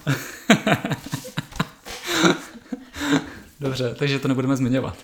Dobře, takže to nebudeme zmiňovat.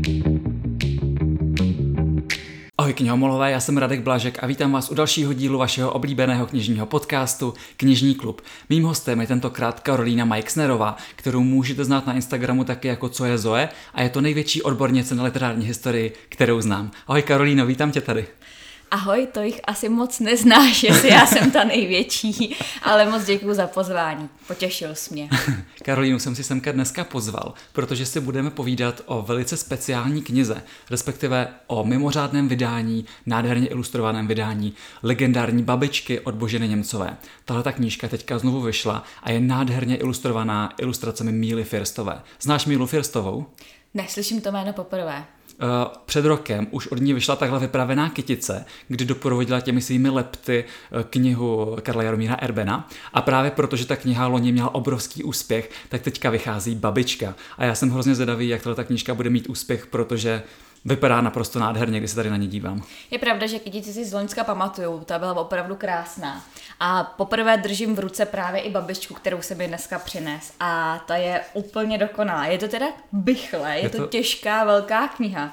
Ahoj knihomolové, já jsem Radek Blažek a vítám vás u dalšího dílu vašeho oblíbeného knižního podcastu Knižní klub. Mým hostem je tentokrát Karolína Majksnerová, kterou můžete znát na Instagramu taky jako Co je Zoe a je to největší odbornice na literární historii, kterou znám. Ahoj Karolíno, vítám tě tady. Ahoj, to jich asi moc neznáš, jestli já jsem ta největší, ale moc děkuju za pozvání, potěšil jsi mě. Karolínu jsem si semka dneska pozval, protože si budeme povídat o velice speciální knize, respektive o mimořádném vydání, nádherně ilustrovaném vydání legendární Babičky od Boženy Němcové. Tahle ta knížka teďka znovu vyšla a je nádherně ilustrovaná ilustracemi Míly Firstové. Znáš Mílu Firstovou? Neslyším to jméno poprvé. Před rokem už od ní vyšla takhle vypravená kytice, kdy doprovodila těmi svými lepty knihu Karla Jaromíra Erbena a právě protože ta kniha loni měla obrovský úspěch, tak teďka vychází Babička a já jsem hrozně zvědavý, jak ta knížka bude mít úspěch, protože vypadá naprosto nádherně, když se tady na ní dívám. Je pravda, že kytici si z loňska pamatuju, ta byla opravdu krásná. A poprvé držím v ruce právě i Babičku, kterou jsem mi dneska přines. A ta je úplně dokonalá. Je to teda bychle, je to těžká, velká kniha.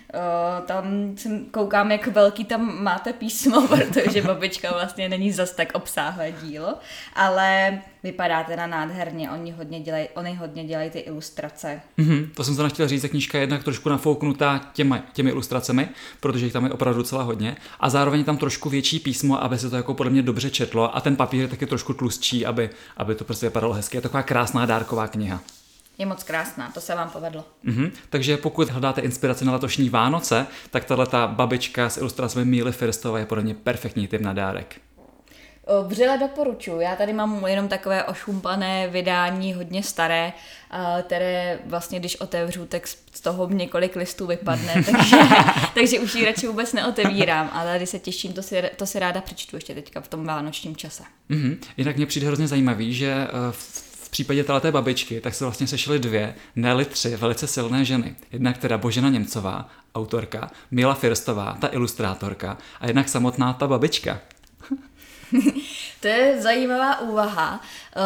Tam koukám, jak velký tam máte písmo, protože Babička vlastně není zas tak obsáhlé dílo, ale vypadá teda nádherně, oni hodně dělají ty ilustrace. To jsem se chtěl říct, že knížka je jednak trošku nafouknutá těmi ilustracemi, protože jich tam je opravdu docela hodně a zároveň tam trošku větší písmo, aby se to jako podle mě dobře četlo a ten papír je taky trošku tlustší, aby to prostě vypadalo hezky. Je taková krásná dárková kniha. Je moc krásná, to se vám povedlo. Takže pokud hledáte inspiraci na letošní Vánoce, tak tahleta Babička s ilustracemi Míly Firstové je podle mě perfektní tip na dárek. Vřele doporučuji. Já tady mám jenom takové ošumpané vydání, hodně staré, které vlastně, když otevřu, tak z toho několik listů vypadne, takže už ji radši vůbec neotevírám. Ale tady se těším, to si ráda přečtu ještě teďka v tom vánočním čase. Jinak mě přijde hrozně zajímavý, že v případě téhleté Babičky, tak se vlastně sešly dvě, ne-li tři velice silné ženy. Jednak teda Božena Němcová, autorka, Míla Firstová, ta ilustrátorka a jednak samotná ta Babička. To je zajímavá úvaha.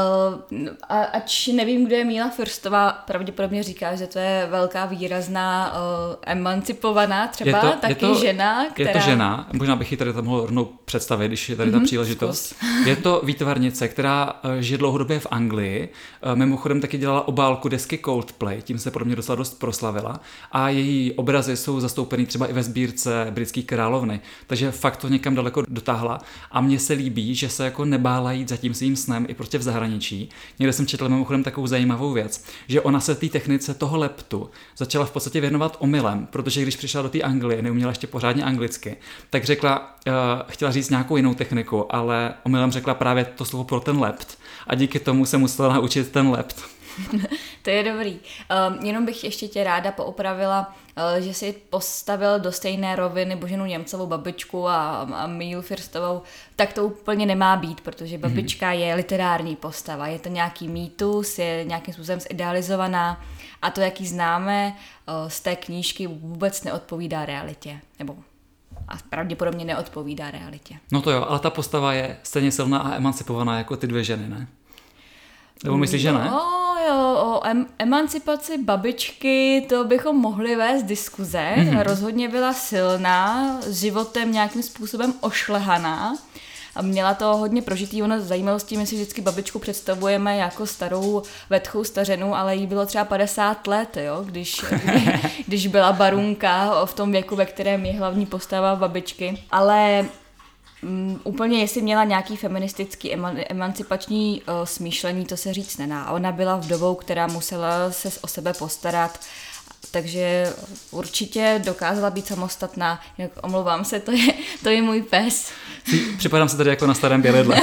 Ač nevím, kdo je Míla Firstová, pravděpodobně říká, že to je velká, výrazná, emancipovaná třeba, žena, která... Je to žena, možná bych ji tady tam mohl rovnou představit, když je tady ta příležitost. Je to výtvarnice, která žije dlouhodobě v Anglii, mimochodem taky dělala obálku desky Coldplay, tím se podle mě docela dost proslavila a její obrazy jsou zastoupeny třeba i ve sbírce Britské královny, takže fakt to někam daleko dotáhla a mně se líbí, že se jako nebála jít za tím svým snem i prostě v zahraničí. Někde jsem četl mimochodem takovou zajímavou věc, že ona se té technice toho leptu začala v podstatě věnovat omylem, protože když přišla do té Anglie, neuměla ještě pořádně anglicky, tak řekla, chtěla říct nějakou jinou techniku, ale omylem řekla právě to slovo pro ten lept a díky tomu se musela naučit ten lept. To je dobrý. Jenom bych ještě tě ráda poopravila, že si postavil do stejné roviny Boženu Němcovou Babičku a Mílu Firstovou, tak to úplně nemá být, protože Babička je literární postava, je to nějaký mýtus, je nějakým způsobem zidealizovaná a to, jak ji známe z té knížky, vůbec neodpovídá realitě, nebo a pravděpodobně neodpovídá realitě. No to jo, ale ta postava je stejně silná a emancipovaná jako ty dvě ženy, ne? Nebo myslíš, že ne? Jo, o emancipaci Babičky to bychom mohli vést diskuze. Rozhodně byla silná, životem nějakým způsobem ošlehaná a měla to hodně prožitý. Ono zajímavostí, my si vždycky Babičku představujeme jako starou vetchou stařenu, ale jí bylo třeba 50 let, jo? Když byla barunka v tom věku, ve kterém je hlavní postava Babičky. Ale úplně jestli měla nějaký feministický emancipační smýšlení, to se říct nedá. Ona byla vdovou, která musela se o sebe postarat, takže určitě dokázala být samostatná. Omlouvám se, to je můj pes. Připadám se tady jako na starém bělidle.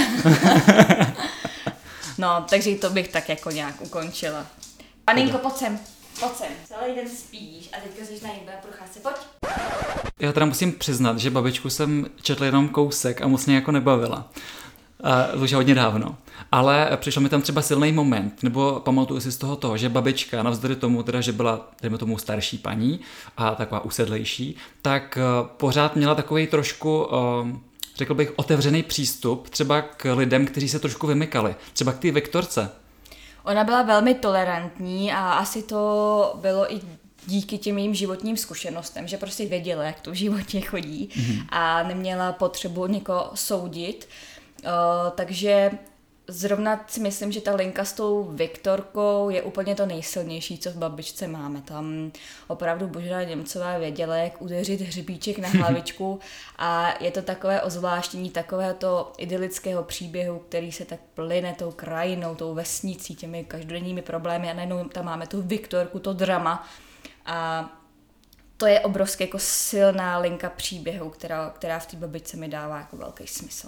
No, takže to bych tak jako nějak ukončila. Paninko, pojď sem. Celý den spíš a teďka jsi na někde na procházce, pojď. Já teda musím přiznat, že Babičku jsem četl jenom kousek a moc mě jako nebavila. Už hodně dávno. Ale přišel mi tam třeba silný moment, nebo pamatuju si z toho, že babička, navzdory tomu, teda, že byla, dejme tomu, starší paní a taková usedlejší, tak pořád měla takový trošku, řekl bych, otevřený přístup třeba k lidem, kteří se trošku vymykali, třeba k té Viktorce. Ona byla velmi tolerantní a asi to bylo i díky těm jejím životním zkušenostem, že prostě věděla, jak to v životě chodí a neměla potřebu někoho soudit. Takže zrovna si myslím, že ta linka s tou Viktorkou je úplně to nejsilnější, co v babičce máme. Tam opravdu Božena Němcová věděla, jak udeřit hřebíček na hlavičku a je to takové ozvláštění takového idylického příběhu, který se tak plyne tou krajinou, tou vesnicí, těmi každodenními problémy a najednou tam máme tu Viktorku, to drama a to je obrovsky jako silná linka příběhu, která v té babičce mi dává jako velký smysl.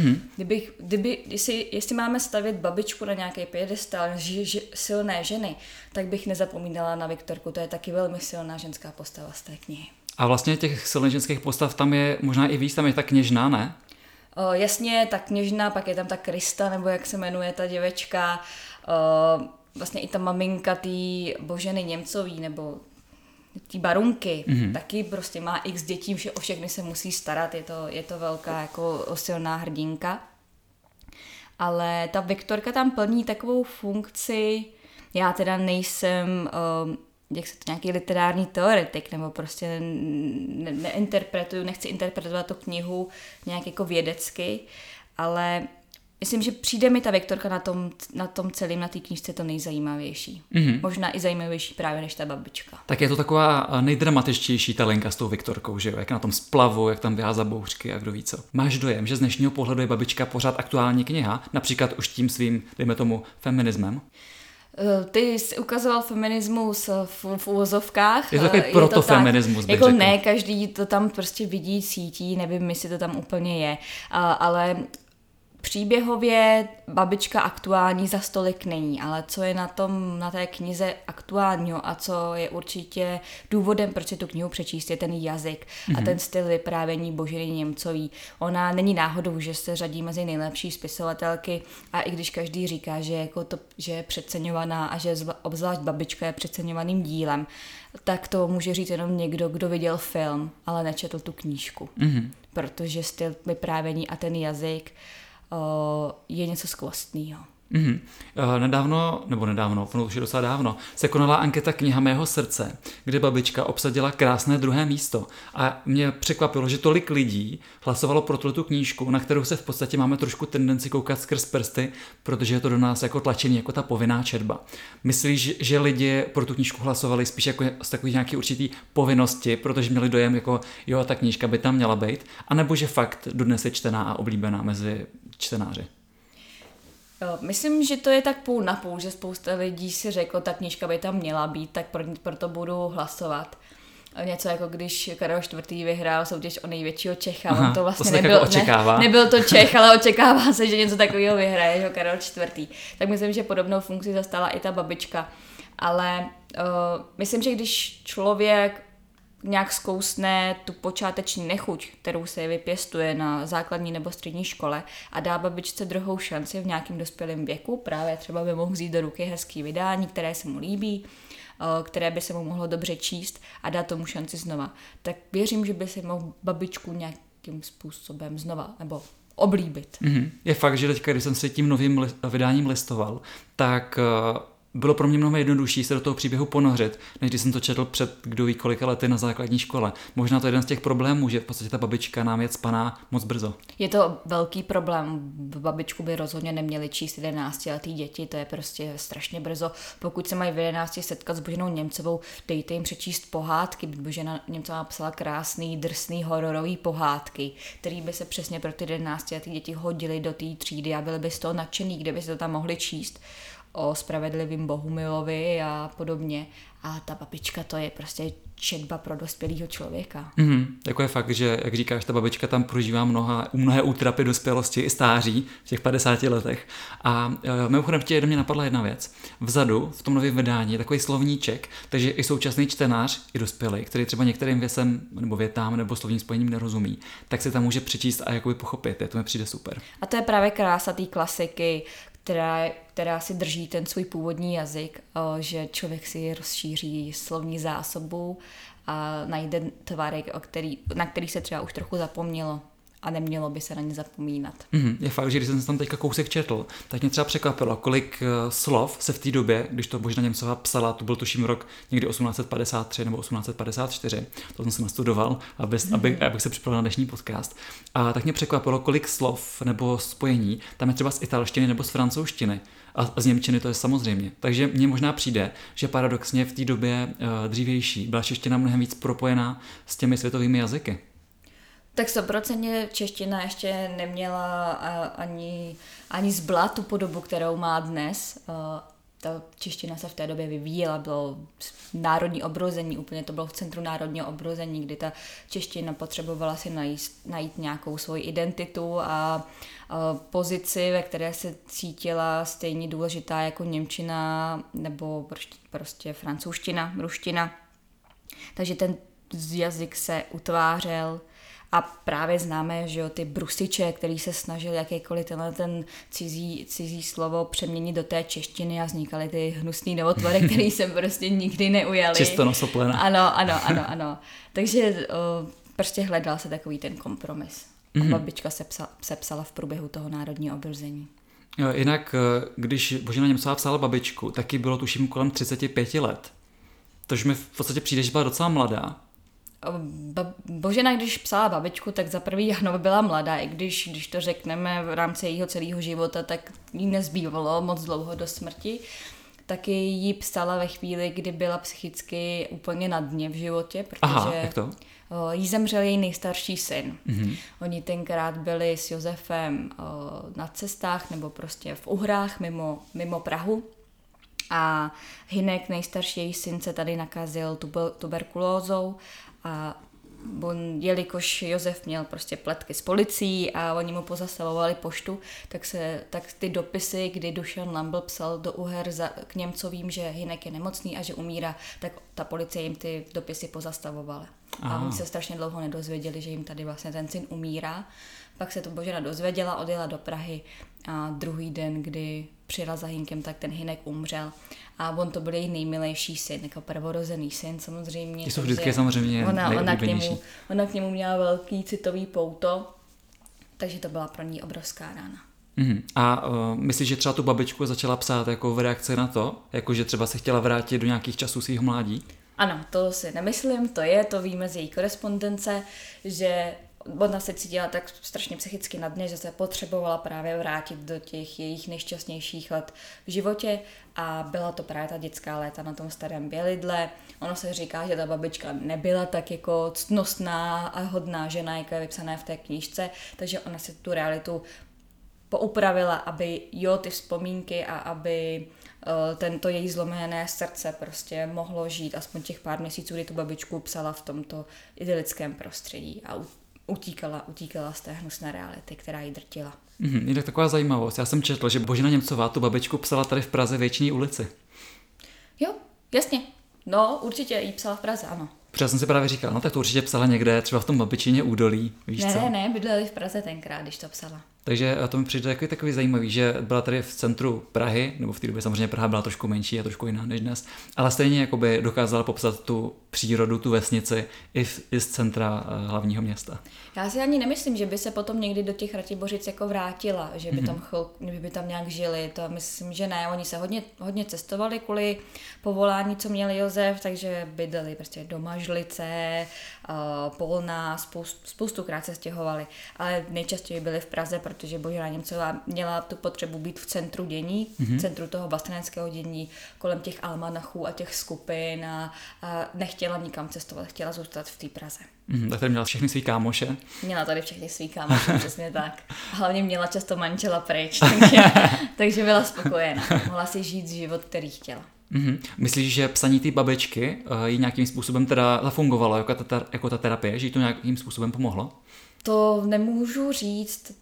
Jestli máme stavět babičku na nějaký piedestal silné ženy, tak bych nezapomínala na Viktorku, to je taky velmi silná ženská postava z té knihy. A vlastně těch silných ženských postav tam je možná i víc, tam je ta kněžna, ne? Jasně, ta kněžna, pak je tam ta Krista, nebo jak se jmenuje ta děvečka, vlastně i ta maminka té Boženy Němcový, nebo ty barunky, taky prostě má x dětí, o všechny se musí starat, je to velká jako silná hrdinka. Ale ta Viktorka tam plní takovou funkci, já teda nejsem jak se to nějaký literární teoretik, nebo prostě nechci interpretovat tu knihu nějak jako vědecky, ale myslím, že přijde mi ta Viktorka na tom celém, na té knížce to nejzajímavější. Možná i zajímavější právě než ta babička. Tak je to taková nejdramatičtější ta linka s tou Viktorkou, že jo? Jak na tom splavu, jak tam vyházá bouřky a kdo ví co. Máš dojem, že z dnešního pohledu je babička pořád aktuální kniha, například už tím svým, dejme tomu, feminismem? Ty jsi ukazoval feminismus v uvozovkách. Je to takový protofeminismus, bych jako řekl. Ne, každý to tam prostě vidí, cítí, nevím, jestli to tam úplně je, ale příběhově babička aktuální za stolik není, ale co je na té knize aktuálního a co je určitě důvodem, proč si tu knihu přečíst, je ten jazyk a ten styl vyprávění Boženy Němcový. Ona není náhodou, že se řadí mezi nejlepší spisovatelky a i když každý říká, že je přeceňovaná a že obzvlášť babička je přeceňovaným dílem, tak to může říct jenom někdo, kdo viděl film, ale nečetl tu knížku. Protože styl vyprávění a ten jazyk je něco skvostného. Nedávno, ono už je docela dávno, se konala anketa Kniha mého srdce, kde babička obsadila krásné 2. místo. A mě překvapilo, že tolik lidí hlasovalo pro tu knížku, na kterou se v podstatě máme trošku tendenci koukat skrz prsty, protože je to do nás jako tlačený, jako ta povinná četba. Myslíš, že lidi pro tu knížku hlasovali spíš jako z takový nějaký určitý povinnosti, protože měli dojem, jako jo, ta knížka by tam měla být, anebo že fakt dodnes je čtená a oblíbená mezi čtenáři? Myslím, že to je tak půl na půl, že spousta lidí si řeklo, ta knížka by tam měla být, tak proto budu hlasovat. Něco jako když Karel IV. Vyhrál soutěž o největšího Čecha. Aha, on to vlastně nebyl to Čech, ale očekává se, že něco takového vyhraje, že Karel IV. Tak myslím, že podobnou funkci zastala i ta babička. Ale myslím, že když člověk nějak zkousne tu počáteční nechuť, kterou se vypěstuje na základní nebo střední škole a dá babičce druhou šanci v nějakém dospělém věku, právě třeba by mohl vzít do ruky hezký vydání, které se mu líbí, které by se mu mohlo dobře číst a dát tomu šanci znova. Tak věřím, že by si mohl babičku nějakým způsobem znova nebo oblíbit. Je fakt, že teďka, když jsem si tím novým vydáním listoval, tak bylo pro mě mnohem jednodušší se do toho příběhu ponořit, než když jsem to četl před kdo ví kolika lety na základní škole. Možná to je jeden z těch problémů, že v podstatě ta babička nám je cpaná moc brzo. Je to velký problém. Babičku by rozhodně neměli číst 11letý děti, to je prostě strašně brzo. Pokud se mají v 11 setkat s Boženou Němcovou, dejte jim přečíst pohádky. Božena Němcová psala krásný, drsný, hororový pohádky, který by se přesně pro ty 11letý děti hodily do té třídy a byli by z toho nadšený, kde by se to tam mohli číst o spravedlivým Bohumilovi a podobně. A ta babička, to je prostě četba pro dospělého člověka. Jako je fakt, že, jak říkáš, ta babička tam prožívá mnohé útrapy dospělosti i stáří v těch 50 letech. A mimochodem mě napadla jedna věc. Vzadu, v tom novém vydání, je takový slovníček, takže i současný čtenář, i dospělý, který třeba některým věcem nebo větám nebo slovním spojením nerozumí, tak si tam může přečíst a jakoby pochopit. To mi přijde super. A to je právě krása té klasiky, která si drží ten svůj původní jazyk, že člověk si rozšíří slovní zásobu a najde tvary, na který se třeba už trochu zapomnělo. a nemělo by se na ně zapomínat. Je fakt, že když jsem tam teďka kousek četl, tak mě třeba překvapilo, kolik slov se v té době, když to Božena Němcová psala, to byl tuším rok někdy 1853 nebo 1854, to jsem se nastudoval, abych se připravil na dnešní podcast. A tak mě překvapilo, kolik slov nebo spojení tam je třeba z italštiny nebo z francouzštiny. A z němčiny to je samozřejmě. Takže mně možná přijde, že paradoxně v té době dřívější byla čeština mnohem víc propojená s těmi světovými jazyky. Tak 100% čeština ještě neměla ani zbla tu podobu, kterou má dnes. Ta čeština se v té době vyvíjela, bylo národní obrození, úplně to bylo v centru národního obrození, kdy ta čeština potřebovala si najít nějakou svoji identitu a pozici, ve které se cítila stejně důležitá jako němčina nebo prostě francouzština, ruština. Takže ten jazyk se utvářel. A právě známe, že jo, ty brusiče, který se snažil jakýkoliv ten cizí slovo přeměnit do té češtiny a vznikaly ty hnusný novotvory, který se prostě nikdy neujali. Čisto nosoplena. Ano. Takže prostě hledal se takový ten kompromis. A babička se psala v průběhu toho národního obrození. Jinak, když Božena Němcová psala babičku, taky bylo tuším kolem 35 let. Tož mi v podstatě přijde, že byla docela mladá. Božena, když psala babičku, tak za prvý ano, byla mladá, i když to řekneme v rámci jejího celého života, tak jí nezbývalo moc dlouho do smrti. Taky jí psala ve chvíli, kdy byla psychicky úplně na dně v životě, protože jak to? Jí zemřel její nejstarší syn. Oni tenkrát byli s Josefem na cestách nebo prostě v Uhrách mimo Prahu. A Hynek, nejstarší její syn, se tady nakazil tuberkulózou a jelikož Josef měl prostě pletky s policií a oni mu pozastavovali poštu, tak ty dopisy, kdy Dušan Lambl psal do Uher k Němcovým, že Hynek je nemocný a že umírá, tak ta policie jim ty dopisy pozastavovala. A oni se strašně dlouho nedozvěděli, že jim tady vlastně ten syn umírá. Pak se to Božena dozvěděla, odjela do Prahy a druhý den, kdy přijela za Hynkem, tak ten Hynek umřel. A on to byl její nejmilejší syn, jako prvorozený syn samozřejmě. Ty jsou vždycky samozřejmě nejoblíbenější. Ona k němu měla velký citový pouto, takže to byla pro ní obrovská rána. A myslíš, že třeba tu babičku začala psát jako v reakci na to, jako že třeba se chtěla vrátit do nějakých časů svého mládí? Ano, to si nemyslím, to víme z její korespondence, že ona se cítila tak strašně psychicky na dně, že se potřebovala právě vrátit do těch jejich nejšťastnějších let v životě a byla to právě ta dětská léta na tom starém Bělidle. Ono se říká, že ta babička nebyla tak jako ctnostná a hodná žena, jako je vypsané v té knížce, takže ona si tu realitu poupravila, aby ty vzpomínky a aby tento její zlomené srdce prostě mohlo žít aspoň těch pár měsíců, kdy tu babičku psala v tomto idylickém prostředí a utíkala z té hnusné reality, která ji drtila. Je tak taková zajímavost. Já jsem četl, že Božena Němcová tu babičku psala tady v Praze v Věčné ulici. Jo, jasně. No, určitě jí psala v Praze, ano. Protože já jsem si právě říkal, no tak to určitě psala někde, třeba v tom babičině údolí, víš co? Ne, bydleli v Praze tenkrát, když to psala. Takže to mi přijde takový zajímavý, že byla tady v centru Prahy, nebo v té době samozřejmě Praha byla trošku menší a trošku jiná než dnes, ale stejně jakoby dokázala popsat tu přírodu, tu vesnici i z centra hlavního města. Já si ani nemyslím, že by se potom někdy do těch Ratibořic jako vrátila, že by tam nějak žili, to myslím, že ne. Oni se hodně cestovali kvůli povolání, co měl Josef, takže bydleli prostě do Mažlice, Polná, spoustukrát se stěhovali, ale nejčastěji byli v Praze, protože Božena Němcová měla tu potřebu být v centru dění, v centru toho vlasteneckého dění, kolem těch almanachů a těch skupin a nechtěla nikam cestovat, chtěla zůstat v té Praze. Tak tady měla všechny svý kámoše. Měla tady všechny svý kámoše, přesně tak. A hlavně měla často manžela pryč, takže byla spokojená. Mohla si žít život, který chtěla. Myslíš, že psaní té babičky jí nějakým způsobem teda zafungovalo jako ta terapie, že jí to nějakým způsobem pomohlo? To nemůžu říct.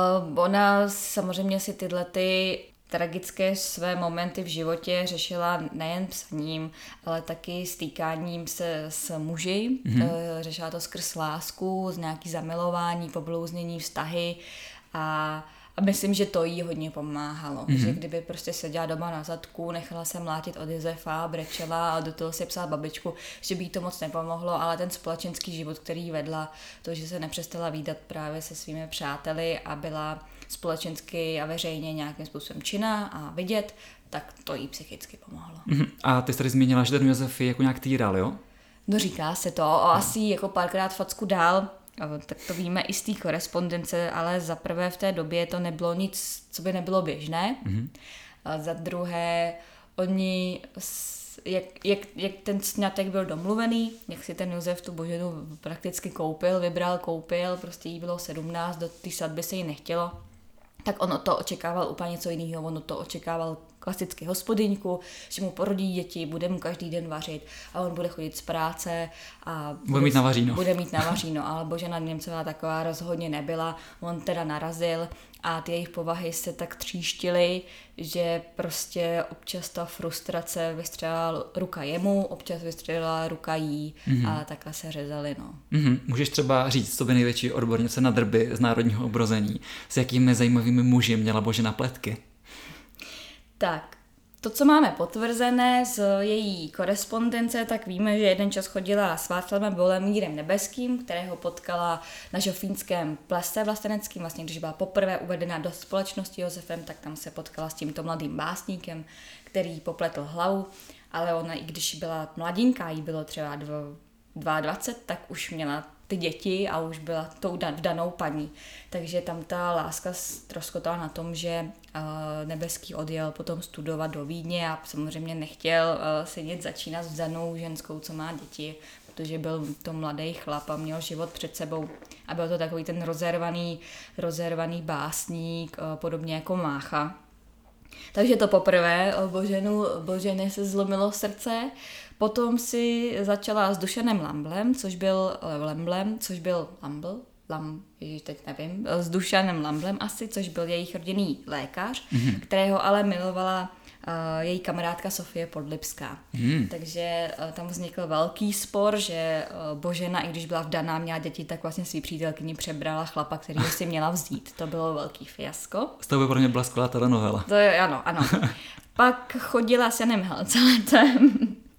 Ona samozřejmě si tyhle tragické své momenty v životě řešila nejen psaním, ale taky stýkáním se s muži. Řešila to skrz lásku, z nějaký zamilování, poblouznění, vztahy a A myslím, že to jí hodně pomáhalo, že kdyby prostě seděla doma na zadku, nechala se mlátit od Josefa, brečela a do toho si psala babičku, že by jí to moc nepomohlo, ale ten společenský život, který vedla, to, že se nepřestala vídat právě se svými přáteli a byla společensky a veřejně nějakým způsobem činná a vidět, tak to jí psychicky pomohlo. A ty jsi tady zmínila, že ten Josef jako nějak týral, jo? No říká se to, asi jako párkrát facku dál, tak to víme i z té korespondence, ale za prvé v té době to nebylo nic, co by nebylo běžné. A za druhé, oni, jak ten sňatek byl domluvený, jak si ten Josef tu Boženu prakticky koupil, prostě jí bylo 17, do té svatby se jí nechtělo, tak on to očekával úplně něco jiného, on to očekával klasicky hospodyňku, že mu porodí děti, bude mu každý den vařit a on bude chodit z práce a bude mít na vaříno, ale Božena Němcová taková rozhodně nebyla, on teda narazil a ty jejich povahy se tak tříštily, že prostě občas ta frustrace vystřelila ruka jemu, občas vystřelila ruka jí a takhle se řezali, no. Můžeš třeba říct, co by největší odbornice na drby z národního obrození, s jakými zajímavými muži měla Božena pletky? Tak, to, co máme potvrzené z její korespondence, tak víme, že jeden čas chodila s Václavem Bolemírem Nebeským, kterého potkala na žofínském plese vlasteneckým, vlastně když byla poprvé uvedena do společnosti Josefem, tak tam se potkala s tímto mladým básníkem, který popletl hlavu, ale ona, i když byla mladinka, jí bylo třeba 22, tak už měla ty děti a už byla tou vdanou paní. Takže tam ta láska ztroskotala na tom, že Nebeský odjel potom studovat do Vídně a samozřejmě nechtěl si nic začínat s vdanou ženskou, co má děti, protože byl to mladý chlap a měl život před sebou. A byl to takový ten rozervaný básník, podobně jako Mácha. Takže to poprvé Boženě se zlomilo srdce. Potom si začala s Dušanem Lamblem, což byl s Dušanem Lamblem asi, což byl jejich rodinný lékař, kterého ale milovala její kamarádka Sofie Podlipská. Takže tam vznikl velký spor, že Božena, i když byla vdaná, měla děti, tak vlastně svý přítelkyni přebrala chlapa, který si měla vzít. To bylo velký fiasko. Z toho by pro mě byla skvělá telenovela. To je, ano. Pak chodila s Janem Helceletem,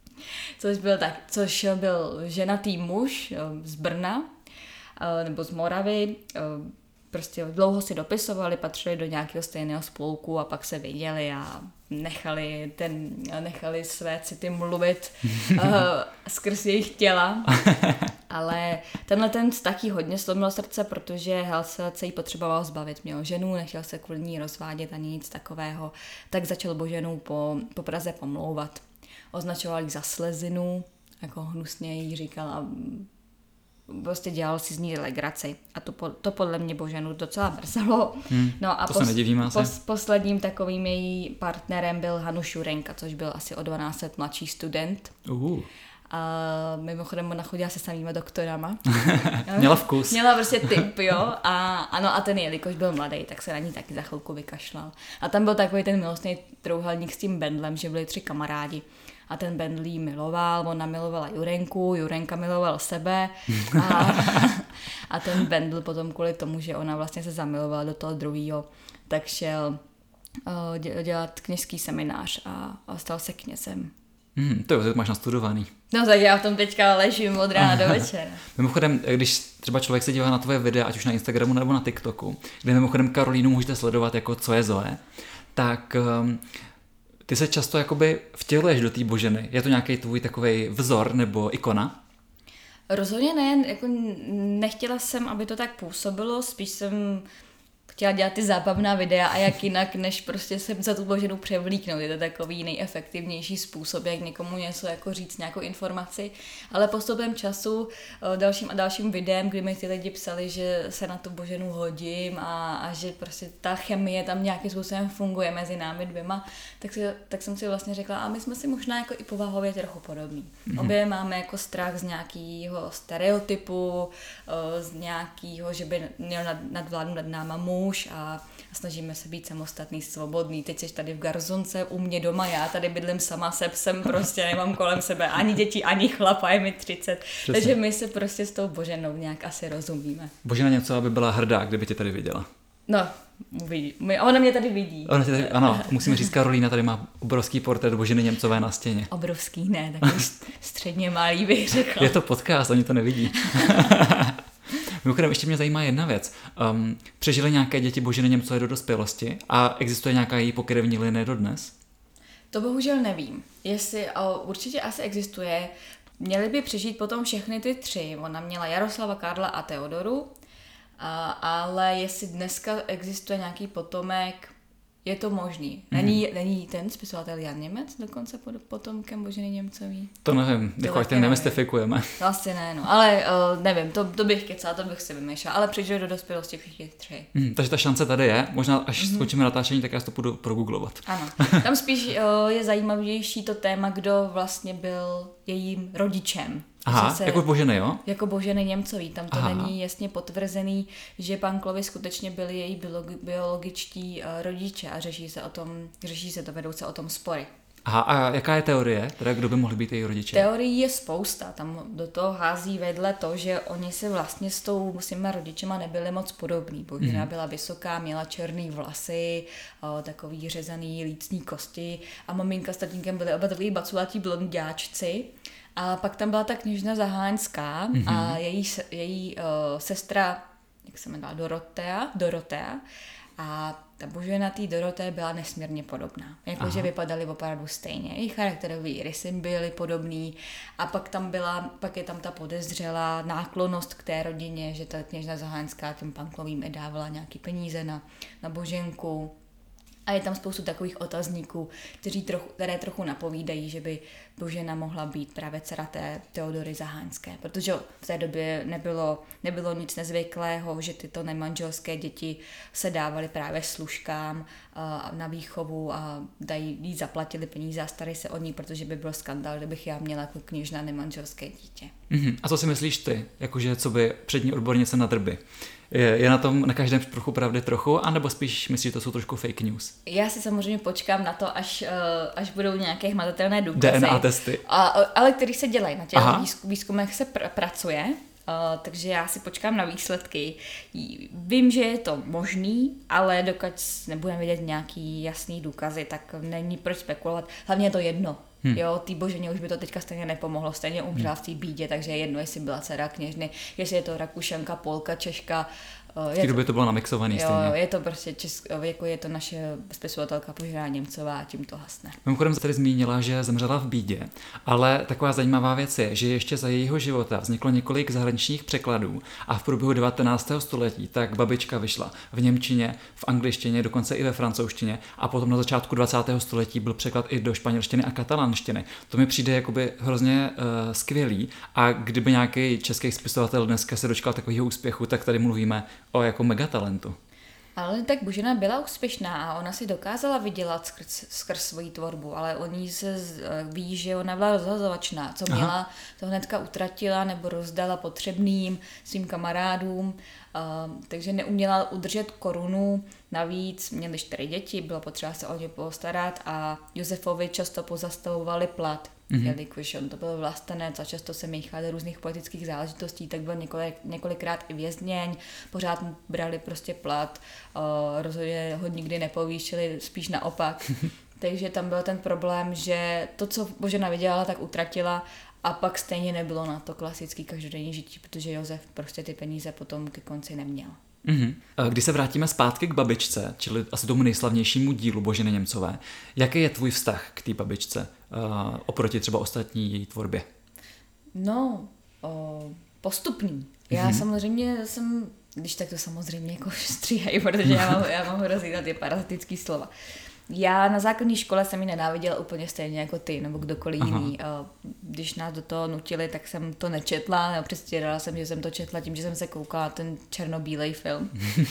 což byl ženatý muž z Brna, nebo z Moravy, prostě dlouho si dopisovali, patřili do nějakého stejného spolku a pak se viděli a nechali své city mluvit skrz jejich těla. Ale ten vztah jí hodně slomil srdce, protože Helcelec se jí potřeboval zbavit. Měl ženu, nechtěl se kvůli ní rozvádět ani nic takového, tak začal Boženu po Praze pomlouvat. Označoval jí za slezinu, jako hnusně jí říkal a prostě dělal si z ní legraci. A to podle mě Boženu docela mrzelo. No a to se nedivím asi. Posledním takovým její partnerem byl Hanuš Jurenka, což byl asi o 12 let mladší student. A mimochodem ona chodila se samýma doktorama. Měla vkus. Měla prostě typ, jo. A ten, jelikož byl mladý, tak se na ní taky za chvilku vykašlal. A tam byl takový ten milostný trouhelník s tím Bendlem, že byli 3 kamarádi. A ten Bendl jí miloval, ona milovala Jurenku, Jurenka miloval sebe a ten Bendl potom kvůli tomu, že ona vlastně se zamilovala do toho druhýho, tak šel dělat kněžský seminář a stal se knězem. To máš nastudovaný. No tak já v tom teďka ležím od rána do večera. Mimochodem, když třeba člověk se dívá na tvoje videa, ať už na Instagramu nebo na TikToku, kde mimochodem Karolínu můžete sledovat jako Co je Zoe, tak ty se často jakoby vtěluješ do té Boženy. Je to nějaký tvůj takovej vzor nebo ikona? Rozhodně ne, jako nechtěla jsem, aby to tak působilo, spíš jsem chtěla dělat ty zábavná videa a jak jinak, než prostě sem za tu Boženu převlíknout. Je to takový nejefektivnější způsob, jak někomu něco jako říct, nějakou informaci. Ale postupem času dalším videem, kdy mi ty lidi psali, že se na tu Boženu hodím a že prostě ta chemie tam nějakým způsobem funguje mezi námi dvěma, tak jsem si vlastně řekla, a my jsme si možná jako i povahově trochu podobní. Obě máme jako strach z nějakého stereotypu, z nějakého, že by měl nadvládnout nad náma muž a snažíme se být samostatný, svobodný. Teď jsi tady v garzonce u mě doma, já tady bydlím sama se psem, prostě nemám kolem sebe ani děti, ani chlapa, je mi 30. Přesně. Takže my se prostě s tou Boženou nějak asi rozumíme. Božena něco, aby byla hrdá, kdyby tě tady viděla. No, uvidí. Ona mě tady vidí. Ano, musíme říct, Karolína tady má obrovský portrét Boženy Němcové na stěně. Obrovský ne, takový středně malý bych řekla. Je to podcast, oni to nevidí. Mimochodem, ještě mě zajímá jedna věc. Přežily nějaké děti Boženy Němcové do dospělosti a existuje nějaká její pokrevní linie dodnes? To bohužel nevím. Určitě asi existuje. Měly by přežít potom všechny ty 3. Ona měla Jaroslava, Karla a Teodoru. Ale jestli dneska existuje nějaký potomek, je to možný. Není ten spisovatel Jan Němec dokonce potomkem Boženy Němcový? To nevím, ať ten nemystifikujeme. Vlastně ne, no. Ale nevím, to bych kecala, to bych si vymýšlela, ale přežili do dospělosti všichni 3. Takže ta šance tady je, možná až skočíme natáčení, tak já to půjdu progooglovat. Ano, tam spíš je zajímavější to téma, kdo vlastně byl jejím rodičem. Aha, jako Boženy, jo? Jako Boženy Němcový, tam to není jasně potvrzený, že Panklovi skutečně byli její biologičtí rodiče a řeší se to, vedou se o tom spory. Aha, a jaká je teorie, teda kdo by mohli být její rodiče? Teorií je spousta, tam do toho hází vedle to, že oni si vlastně s svýma rodičema nebyli moc podobní. Božena byla vysoká, měla černý vlasy, takový řezaný lícní kosti a maminka s tatínkem byli oba takový baculatí blonďáčci. A pak tam byla ta kněžna Zaháňská a její sestra, jak se jmenuje, Dorotea. A ta Božena té Doroté byla nesmírně podobná. Jakože vypadaly opravdu stejně. Jejich charakterový rysy byly podobný. A pak je tam ta podezřelá náklonnost k té rodině, že ta kněžna Zaháňská těm Panklovým dávala nějaký peníze na Boženku. A je tam spoustu takových otazníků, které trochu napovídají, že by Božena mohla být právě dcera té Teodory Zaháňské. Protože v té době nebylo nic nezvyklého, že tyto nemanželské děti se dávaly právě služkám na výchovu a jí zaplatili peníze a starají se o ní, protože by byl skandál, kdybych já měla jako kněžna nemanželské dítě. A co si myslíš ty, jakože co by přední odbornice na drby? Je na tom na každém trochu pravdy trochu, anebo spíš myslíš, že to jsou trošku fake news? Já si samozřejmě počkám na to, až budou nějaké hmatatelné důkazy. DNA testy. Ale který se dělají, na těch výzkumech se pracuje, takže já si počkám na výsledky. Vím, že je to možný, ale dokud nebudeme vidět nějaký jasný důkazy, tak není proč spekulovat. Hlavně je to jedno. Jo, té Boženě už by to teďka stejně nepomohlo, stejně umřela v té bídě, takže je jedno, jestli byla dcera kněžny, jestli je to Rakušanka, Polka, Češka. V té době to bylo namixovaný stejně. Je to prostě jako je to naše spisovatelka Božena Němcová a tím to hasne. Mimochodem tady zmínila, že zemřela v bídě, ale taková zajímavá věc je, že ještě za jejího života vzniklo několik zahraničních překladů a v průběhu 19. století tak babička vyšla v němčině, v angličtině, dokonce i ve francouzštině a potom na začátku 20. století byl překlad i do španělštiny a katalánštiny. To mi přijde jakoby hrozně skvělý a kdyby nějaký český spisovatel dneska se dočkal takového úspěchu, tak tady mluvíme o jako megatalentu. Ale tak Božena byla úspěšná a ona si dokázala vydělat skrz svoji tvorbu, ale o ní se ví, že ona byla rozhazovačná. Co měla, to hnedka utratila nebo rozdala potřebným svým kamarádům, takže neuměla udržet korunu. Navíc měli 4 děti, bylo potřeba se o ně postarat a Josefovi často pozastavovali plat. Jelikož on to byl vlastenec a často se míchal do různých politických záležitostí, tak byl několikrát i vězněn, pořád mu brali prostě plat, rozhodně ho nikdy nepovýšili, spíš naopak. Takže tam byl ten problém, že to, co Božena vydělala, tak utratila a pak stejně nebylo na to klasický každodenní žití, protože Josef prostě ty peníze potom ke konci neměl. Když se vrátíme zpátky k babičce, čili asi tomu nejslavnějšímu dílu Boženy Němcové, jaký je tvůj vztah k té babičce oproti třeba ostatní její tvorbě? No, postupný. Já samozřejmě jsem, když tak to samozřejmě jako stříhají, protože já mám hrozně ty parazitický slova. Já na základní škole jsem ji nenáviděla úplně stejně jako ty, nebo kdokoliv jiný. Když nás do toho nutili, tak jsem to nečetla, nebo předstírala jsem, že jsem to četla tím, že jsem se koukala ten černobílej film.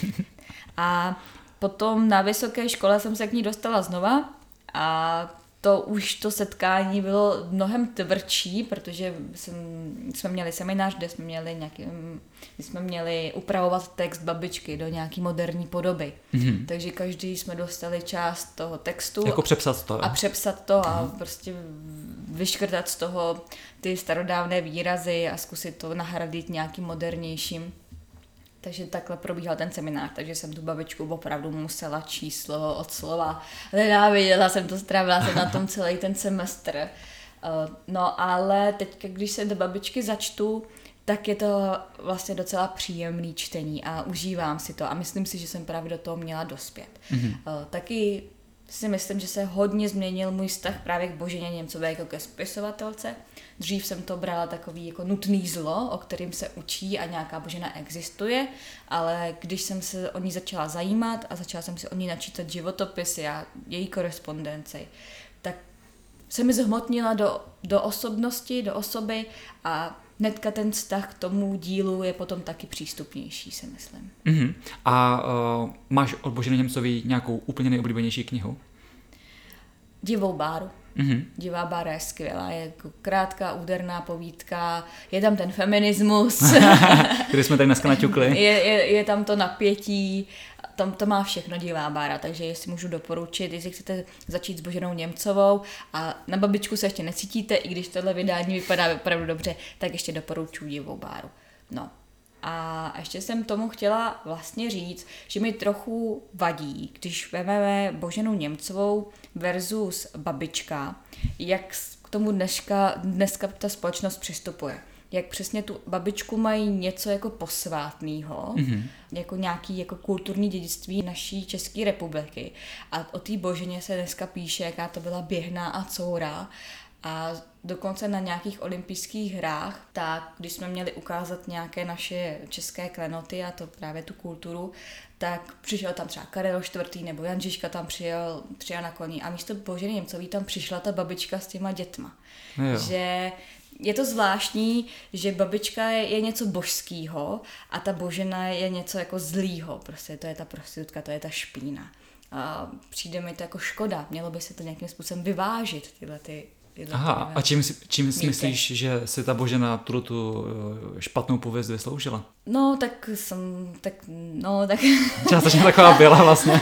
A potom na vysoké škole jsem se k ní dostala znova a to setkání bylo mnohem tvrdší, protože jsme měli seminář, kde jsme měli upravovat text babičky do nějaký moderní podoby. Takže každý jsme dostali část toho textu. Jako přepsat to. A přepsat to a prostě vyškrtat z toho ty starodávné výrazy a zkusit to nahradit nějakým modernějším. Takže takhle probíhal ten seminář, takže jsem tu babičku opravdu musela číst slovo od slova. Nenáviděla jsem to, strávila jsem na tom celý ten semestr. No ale teď, když se do babičky začtu, tak je to vlastně docela příjemný čtení a užívám si to a myslím si, že jsem právě do toho měla dospět. Taky si myslím, že se hodně změnil můj vztah právě k Boženě Němcové jako ke spisovatelce. Dřív jsem to brala takový jako nutný zlo, o kterým se učí a nějaká Božena existuje, ale když jsem se o ní začala zajímat a začala jsem si o ní načítat životopisy a její korespondenci, tak se mi zhmotnila do osobnosti, do osoby a hnedka ten vztah k tomu dílu je potom taky přístupnější, si myslím. A máš od Boženy Němcové nějakou úplně nejoblíbenější knihu? Divou báru. Divá bára je skvělá, je jako krátká, úderná povídka, je tam ten feminismus. Který jsme tady dneska naťukli. Je tam to napětí, tam to má všechno Divá bára, takže jestli můžu doporučit, jestli chcete začít s Boženou Němcovou a na babičku se ještě necítíte, i když tohle vydání vypadá opravdu dobře, tak ještě doporučuji Divou báru. No. A ještě jsem tomu chtěla vlastně říct, že mi trochu vadí, když vezmeme Boženu Němcovou versus babička, jak k tomu dneska ta společnost přistupuje. Jak přesně tu babičku mají něco jako posvátného, jako nějaký jako kulturní dědictví naší České republiky. A o té Boženě se dneska píše, jaká to byla běhná a coura. A dokonce na nějakých olympijských hrách, tak když jsme měli ukázat nějaké naše české klenoty a to právě tu kulturu, tak přišel tam třeba Karel IV. Nebo Jan Žižka tam přijel na koni a místo Boženy Němcové tam přišla ta babička s těma dětma. Že je to zvláštní, že babička je něco božského a ta Božena je něco jako zlýho. Prostě to je ta prostitutka, to je ta špína. A přijde mi to jako škoda. Mělo by se to nějakým způsobem vyvážit, tyhle Aha, a čím si myslíš, že si ta Božena tu špatnou pověst vysloužila? Tak. Částečně taková byla vlastně.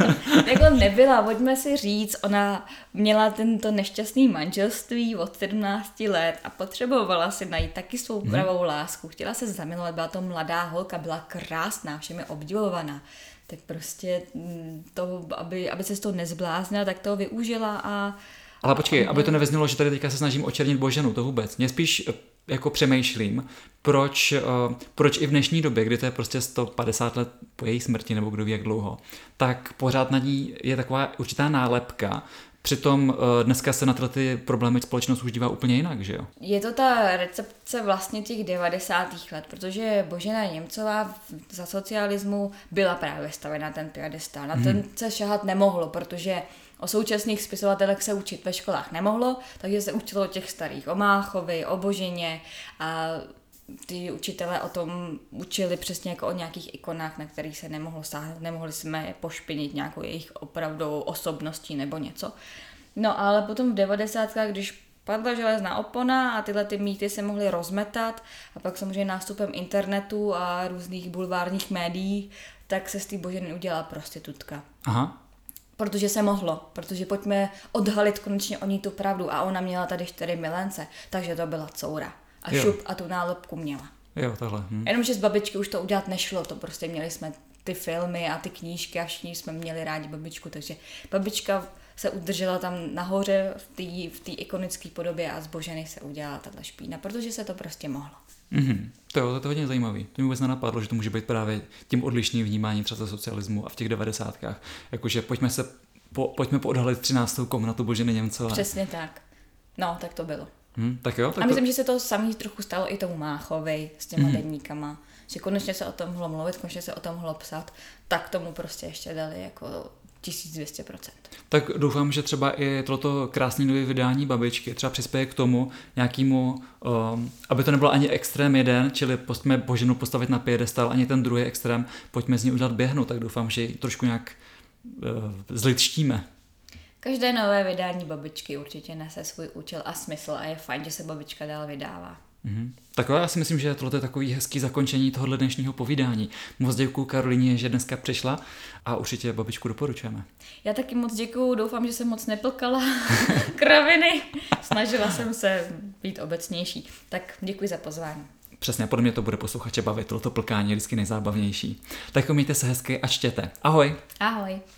Jako nebyla, pojďme si říct, ona měla tento nešťastný manželství od 17 let a potřebovala si najít taky svou pravou lásku. Chtěla se zamilovat, byla to mladá holka, byla krásná, všemi obdivovaná. Tak prostě to, aby se s tou nezbláznila, tak to využila a ale počkej, aby to nevyznělo, že tady teďka se snažím očernit Boženu, to vůbec. Mě spíš jako přemýšlím, proč i v dnešní době, kdy to je prostě 150 let po její smrti, nebo kdo ví jak dlouho, tak pořád na ní je taková určitá nálepka. Přitom dneska se na ty problémy společnost už dívá úplně jinak, že jo? Je to ta recepce vlastně těch 90. let, protože Božena Němcová za socialismu byla právě stavena na ten piedestál. Na ten se šahat nemohlo, protože o současných spisovatelech se učit ve školách nemohlo, takže se učilo o těch starých, o Máchovi, o Boženě a ty učitelé o tom učili přesně jako o nějakých ikonách, na kterých se nemohlo sáhnout, nemohli jsme pošpinit nějakou jejich opravdovou osobností nebo něco. No ale potom v 90. když padla železná opona a tyhle ty mýty se mohly rozmetat a pak samozřejmě nástupem internetu a různých bulvárních médií, tak se z té Boženy udělala prostitutka. Aha. Protože se mohlo, protože pojďme odhalit konečně o ní tu pravdu a ona měla tady 4 milence, takže to byla coura. A šup a tu nálepku měla. Jo, tohle. Jenomže z babičky už to udělat nešlo, to prostě měli jsme ty filmy a ty knížky a všichni jsme měli rádi babičku, takže babička se udržela tam nahoře v té ikonické podobě a z Boženy se udělala tato špína, protože se to prostě mohlo. To je hodně zajímavý. To mi vůbec nenapadlo, že to může být právě tím odlišným vnímáním třeba socialismu a v těch 90kách. Jakože pojďme poodhalit 13. komnatu Boženy Němcové. Přesně tak. No, tak to bylo. Tak jo. A myslím, že se to samý trochu stalo i tomu Máchovi s těma deníkama. Že konečně se o tom mohlo mluvit, konečně se o tom mohlo psát, tak tomu prostě ještě dali jako 1200%. Tak doufám, že třeba i toto krásné nové vydání babičky třeba přispěje k tomu nějakému, aby to nebylo ani extrém jeden, čili pojďme Boženu postavit na piedestal, ani ten druhý extrém, pojďme z ní udělat běhnu, tak doufám, že ji trošku nějak zlidštíme. Každé nové vydání babičky určitě nese svůj účel a smysl a je fajn, že se babička dál vydává. Tak já si myslím, že tohle je takový hezký zakončení tohohle dnešního povídání. Moc děkuju Karolíně, že dneska přišla a určitě babičku doporučujeme. Já taky moc děkuju, doufám, že jsem moc neplkala kraviny. Snažila jsem se být obecnější. Tak děkuji za pozvání. Přesně, podle mě to bude posluchače bavit, toto plkání je vždycky nejzábavnější. Tak mějte se hezky a čtěte. Ahoj! Ahoj!